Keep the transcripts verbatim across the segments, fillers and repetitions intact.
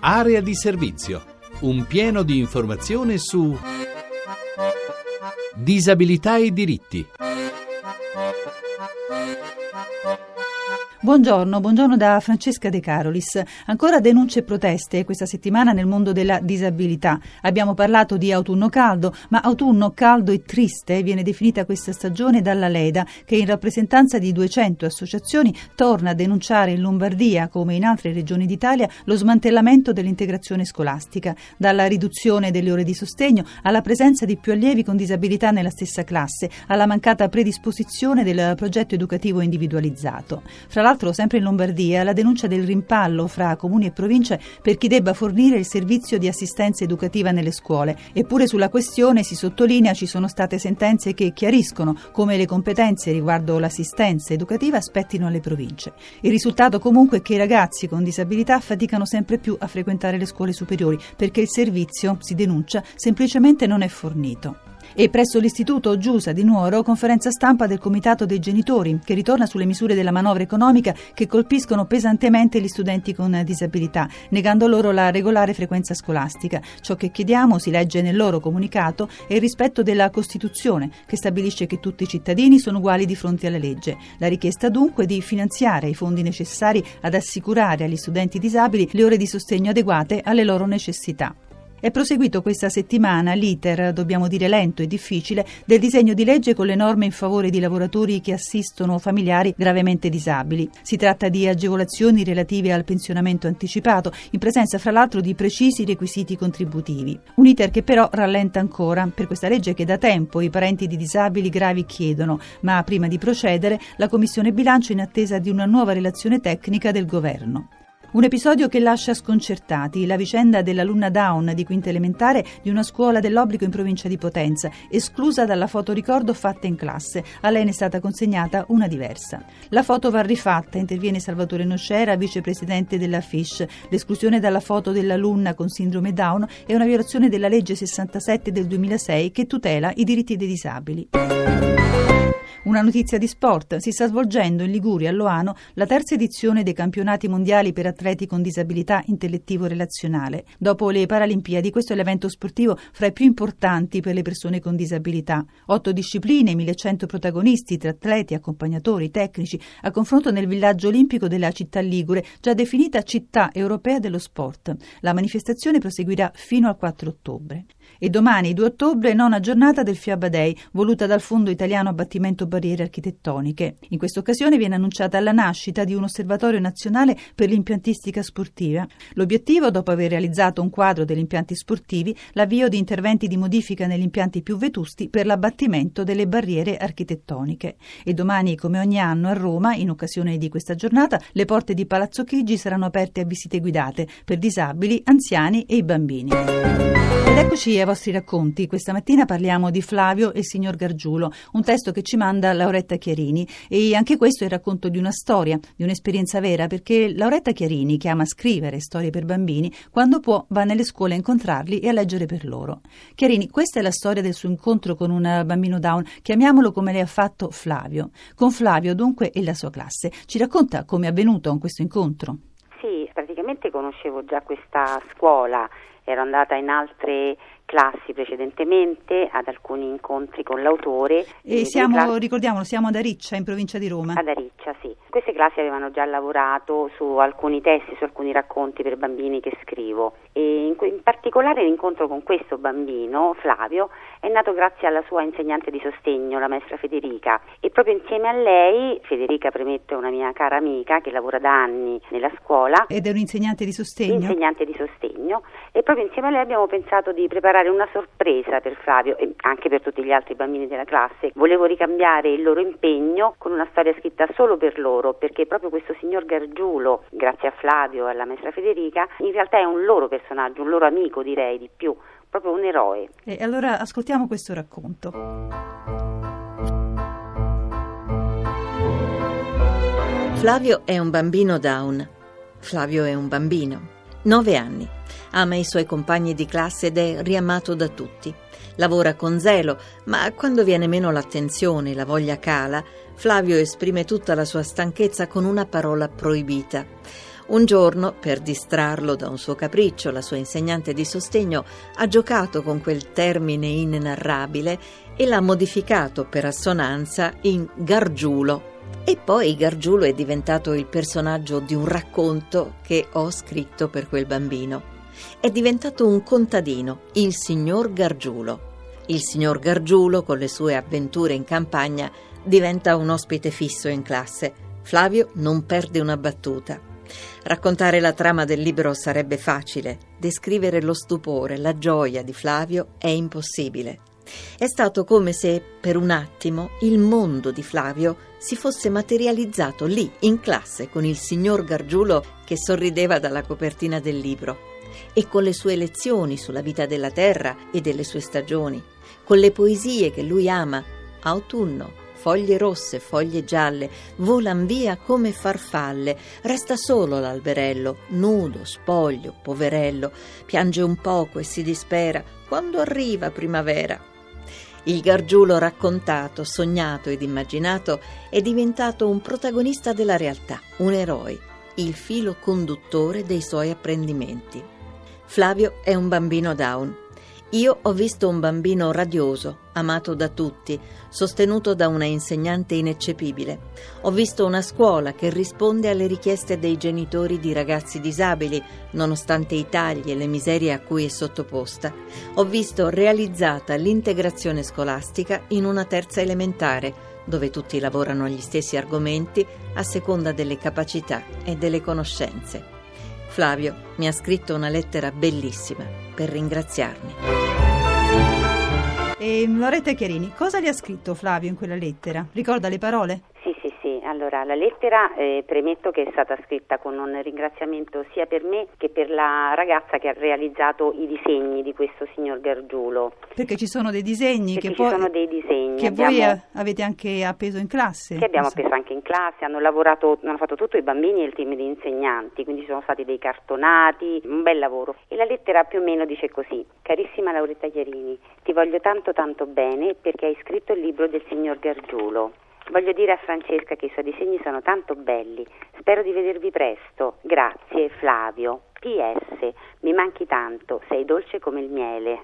Area di servizio, un pieno di informazione su disabilità e diritti. Buongiorno, buongiorno da Francesca De Carolis. Ancora denunce e proteste questa settimana nel mondo della disabilità. Abbiamo parlato di autunno caldo, ma autunno caldo e triste viene definita questa stagione dalla Leda, che in rappresentanza di duecento associazioni torna a denunciare in Lombardia, come in altre regioni d'Italia, lo smantellamento dell'integrazione scolastica, dalla riduzione delle ore di sostegno alla presenza di più allievi con disabilità nella stessa classe, alla mancata predisposizione del progetto educativo individualizzato. Fra l'altro, sempre in Lombardia, la denuncia del rimpallo fra comuni e province per chi debba fornire il servizio di assistenza educativa nelle scuole. Eppure sulla questione, si sottolinea, ci sono state sentenze che chiariscono come le competenze riguardo l'assistenza educativa spettino alle province. Il risultato comunque è che i ragazzi con disabilità faticano sempre più a frequentare le scuole superiori perché il servizio, si denuncia, semplicemente non è fornito. E presso l'istituto Giusa di Nuoro, conferenza stampa del Comitato dei Genitori, che ritorna sulle misure della manovra economica che colpiscono pesantemente gli studenti con disabilità, negando loro la regolare frequenza scolastica. Ciò che chiediamo, si legge nel loro comunicato, è il rispetto della Costituzione, che stabilisce che tutti i cittadini sono uguali di fronte alla legge. La richiesta dunque di finanziare i fondi necessari ad assicurare agli studenti disabili le ore di sostegno adeguate alle loro necessità. È proseguito questa settimana l'iter, dobbiamo dire lento e difficile, del disegno di legge con le norme in favore di lavoratori che assistono familiari gravemente disabili. Si tratta di agevolazioni relative al pensionamento anticipato, in presenza fra l'altro di precisi requisiti contributivi. Un iter che però rallenta ancora per questa legge che da tempo i parenti di disabili gravi chiedono, ma prima di procedere la Commissione Bilancio è in attesa di una nuova relazione tecnica del Governo. Un episodio che lascia sconcertati, la vicenda dell'alunna Down di quinta elementare di una scuola dell'obbligo in provincia di Potenza, esclusa dalla fotoricordo fatta in classe. A lei ne è stata consegnata una diversa. La foto va rifatta, interviene Salvatore Nocera, vicepresidente della F I S. L'esclusione dalla foto dell'alunna con sindrome Down è una violazione della legge sessantasette del duemilasei che tutela i diritti dei disabili. Una notizia di sport. Si sta svolgendo in Liguria, a Loano, la terza edizione dei campionati mondiali per atleti con disabilità intellettivo-relazionale. Dopo le Paralimpiadi, questo è l'evento sportivo fra i più importanti per le persone con disabilità. Otto discipline, millecento protagonisti tra atleti, accompagnatori, tecnici, a confronto nel villaggio olimpico della città ligure, già definita città europea dello sport. La manifestazione proseguirà fino al quattro ottobre. E domani, due ottobre, nona giornata del Fiaba Day, voluta dal Fondo Italiano Abbattimento Barriere Architettoniche. In questa occasione viene annunciata la nascita di un osservatorio nazionale per l'impiantistica sportiva. L'obiettivo, dopo aver realizzato un quadro degli impianti sportivi, l'avvio di interventi di modifica negli impianti più vetusti per l'abbattimento delle barriere architettoniche. E domani, come ogni anno, a Roma, in occasione di questa giornata, le porte di Palazzo Chigi saranno aperte a visite guidate per disabili, anziani e i bambini. Ed eccoci ai vostri racconti. Questa mattina parliamo di Flavio e il signor Gargiulo, un testo che ci manda Lauretta Chiarini, e anche questo è il racconto di una storia, di un'esperienza vera, perché Lauretta Chiarini, che ama scrivere storie per bambini, quando può va nelle scuole a incontrarli e a leggere per loro. Chiarini, questa è la storia del suo incontro con un bambino Down, chiamiamolo come lei ha fatto Flavio. Con Flavio dunque e la sua classe. Ci racconta come è avvenuto questo incontro? Sì, praticamente conoscevo già questa scuola, ero andata in altre classi precedentemente, ad alcuni incontri con l'autore. E siamo, classi... ricordiamolo, siamo ad Ariccia, in provincia di Roma. Ad Ariccia, sì. Queste classi avevano già lavorato su alcuni testi, su alcuni racconti per bambini che scrivo. E in, in particolare l'incontro con questo bambino, Flavio, è nato grazie alla sua insegnante di sostegno, la maestra Federica. E proprio insieme a lei, Federica, premetto, è una mia cara amica che lavora da anni nella scuola. Ed è un'insegnante di sostegno? Insegnante di sostegno. E proprio insieme a lei abbiamo pensato di preparare una sorpresa per Flavio e anche per tutti gli altri bambini della classe. Volevo ricambiare il loro impegno con una storia scritta solo per loro, perché proprio questo signor Gargiulo, grazie a Flavio e alla maestra Federica, in realtà è un loro personaggio, un loro amico, direi di più, proprio un eroe. E allora ascoltiamo questo racconto. Flavio è un bambino Down. Flavio è un bambino, nove anni. Ama i suoi compagni di classe ed è riamato da tutti. Lavora con zelo, ma quando viene meno l'attenzione e la voglia cala, Flavio esprime tutta la sua stanchezza con una parola proibita. Un giorno, per distrarlo da un suo capriccio, la sua insegnante di sostegno ha giocato con quel termine inenarrabile e l'ha modificato per assonanza in Gargiulo. E poi Gargiulo è diventato il personaggio di un racconto che ho scritto per quel bambino. È diventato un contadino, il signor Gargiulo. Il signor Gargiulo, con le sue avventure in campagna, diventa un ospite fisso in classe. Flavio non perde una battuta. Raccontare la trama del libro sarebbe facile, descrivere lo stupore, la gioia di Flavio è impossibile. È stato come se, per un attimo, il mondo di Flavio si fosse materializzato lì, in classe, con il signor Gargiulo che sorrideva dalla copertina del libro, e con le sue lezioni sulla vita della terra e delle sue stagioni, con le poesie che lui ama, autunno, foglie rosse, foglie gialle, volan via come farfalle, resta solo l'alberello, nudo, spoglio, poverello, piange un poco e si dispera quando arriva primavera. Il Gargiulo raccontato, sognato ed immaginato è diventato un protagonista della realtà, un eroe, il filo conduttore dei suoi apprendimenti. Flavio è un bambino Down. Io ho visto un bambino radioso, amato da tutti, sostenuto da una insegnante ineccepibile. Ho visto una scuola che risponde alle richieste dei genitori di ragazzi disabili, nonostante i tagli e le miserie a cui è sottoposta. Ho visto realizzata l'integrazione scolastica in una terza elementare, dove tutti lavorano agli stessi argomenti a seconda delle capacità e delle conoscenze. Flavio mi ha scritto una lettera bellissima per ringraziarmi. E Loretta Chiarini, cosa le ha scritto Flavio in quella lettera? Ricorda le parole? Sì, sì, sì. Allora, la lettera, eh, premetto che è stata scritta con un ringraziamento sia per me che per la ragazza che ha realizzato i disegni di questo signor Gargiulo. Perché ci sono dei disegni Perché che ci poi sono dei disegni che abbiamo, voi a- avete anche appeso in classe. che abbiamo Insomma. appeso anche in classe, hanno lavorato, hanno fatto tutto i bambini e il team di insegnanti, quindi ci sono stati dei cartonati, un bel lavoro. E la lettera più o meno dice così: carissima Lauretta Chiarini, ti voglio tanto tanto bene perché hai scritto il libro del signor Gargiulo. Voglio dire a Francesca che i suoi disegni sono tanto belli, spero di vedervi presto. Grazie Flavio. P S. Mi manchi tanto, sei dolce come il miele.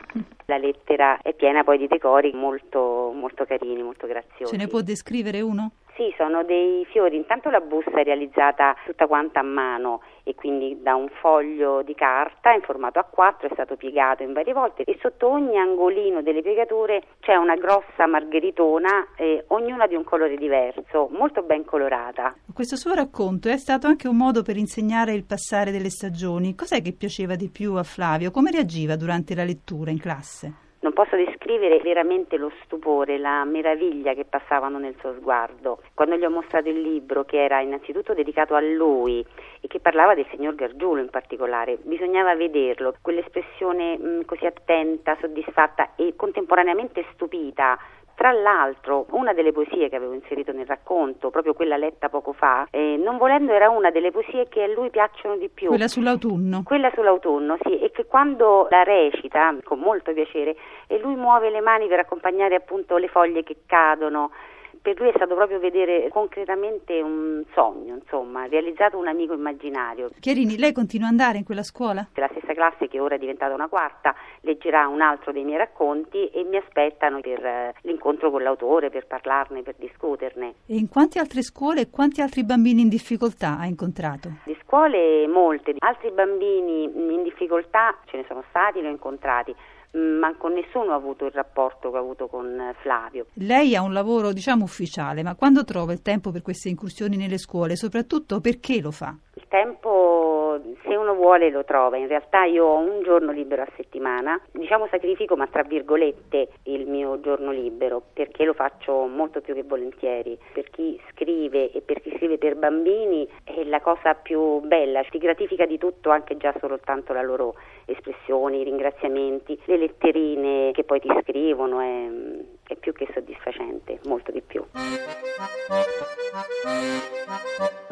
La lettera è piena poi di decori molto, molto carini, molto graziosi. Ce ne può descrivere uno? Sì, sono dei fiori. Intanto la busta è realizzata tutta quanta a mano e quindi da un foglio di carta in formato A quattro, è stato piegato in varie volte e sotto ogni angolino delle piegature c'è una grossa margheritona, eh, ognuna di un colore diverso, molto ben colorata. Questo suo racconto è stato anche un modo per insegnare il passare delle stagioni. Cos'è che piaceva di più a Flavio? Come reagiva durante la lettura in classe? Non posso descrivere veramente lo stupore, la meraviglia che passavano nel suo sguardo. Quando gli ho mostrato il libro, che era innanzitutto dedicato a lui e che parlava del signor Gargiulo in particolare, bisognava vederlo, quell'espressione mh, così attenta, soddisfatta e contemporaneamente stupita. Tra l'altro, una delle poesie che avevo inserito nel racconto, proprio quella letta poco fa, eh, non volendo era una delle poesie che a lui piacciono di più. Quella sull'autunno. Quella sull'autunno, sì, e che quando la recita, con molto piacere, e lui muove le mani per accompagnare appunto le foglie che cadono. Per lui è stato proprio vedere concretamente un sogno, insomma, realizzato un amico immaginario. Chiarini, lei continua ad andare in quella scuola? La stessa classe, che ora è diventata una quarta, leggerà un altro dei miei racconti e mi aspettano per eh, l'incontro con l'autore, per parlarne, per discuterne. E in quante altre scuole e quanti altri bambini in difficoltà ha incontrato? Di scuole molte, altri bambini in difficoltà ce ne sono stati, li ho incontrati, ma con nessuno ha avuto il rapporto che ha avuto con Flavio. Lei ha un lavoro, diciamo, ufficiale, ma quando trova il tempo per queste incursioni nelle scuole, soprattutto perché lo fa? Il tempo, se uno vuole, lo trova. In realtà io ho un giorno libero a settimana, diciamo sacrifico, ma tra virgolette, il mio giorno libero, perché lo faccio molto più che volentieri. Per chi scrive e per chi scrive per bambini è la cosa più bella, ti gratifica di tutto, anche già soltanto la loro espressione, i ringraziamenti, le letterine che poi ti scrivono, è, è più che soddisfacente, molto di più.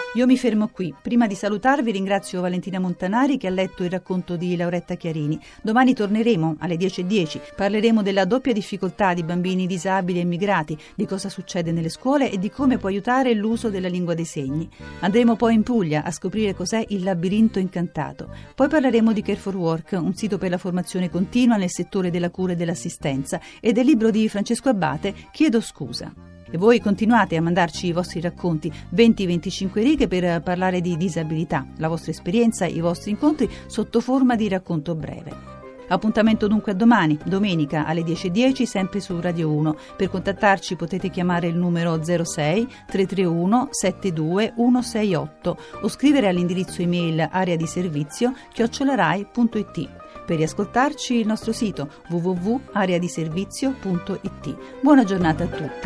Io mi fermo qui. Prima di salutarvi ringrazio Valentina Montanari che ha letto il racconto di Lauretta Chiarini. Domani torneremo alle dieci e dieci. Parleremo della doppia difficoltà di bambini disabili e immigrati, di cosa succede nelle scuole e di come può aiutare l'uso della lingua dei segni. Andremo poi in Puglia a scoprire cos'è il labirinto incantato. Poi parleremo di Care for Work, un sito per la formazione continua nel settore della cura e dell'assistenza, e del libro di Francesco Abbate, Chiedo scusa. E voi continuate a mandarci i vostri racconti, venti venticinque righe per parlare di disabilità, la vostra esperienza, i vostri incontri sotto forma di racconto breve. Appuntamento dunque a domani, domenica alle dieci e dieci, sempre su Radio uno. Per contattarci potete chiamare il numero zero sei tre tre uno sette due uno sei otto o scrivere all'indirizzo email area di servizio chiocciola rai punto it. Per riascoltarci il nostro sito w w w punto area di servizio punto it. Buona giornata a tutti.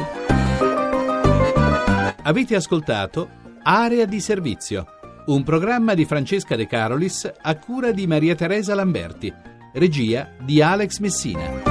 Avete ascoltato Area di Servizio, un programma di Francesca De Carolis a cura di Maria Teresa Lamberti, regia di Alex Messina.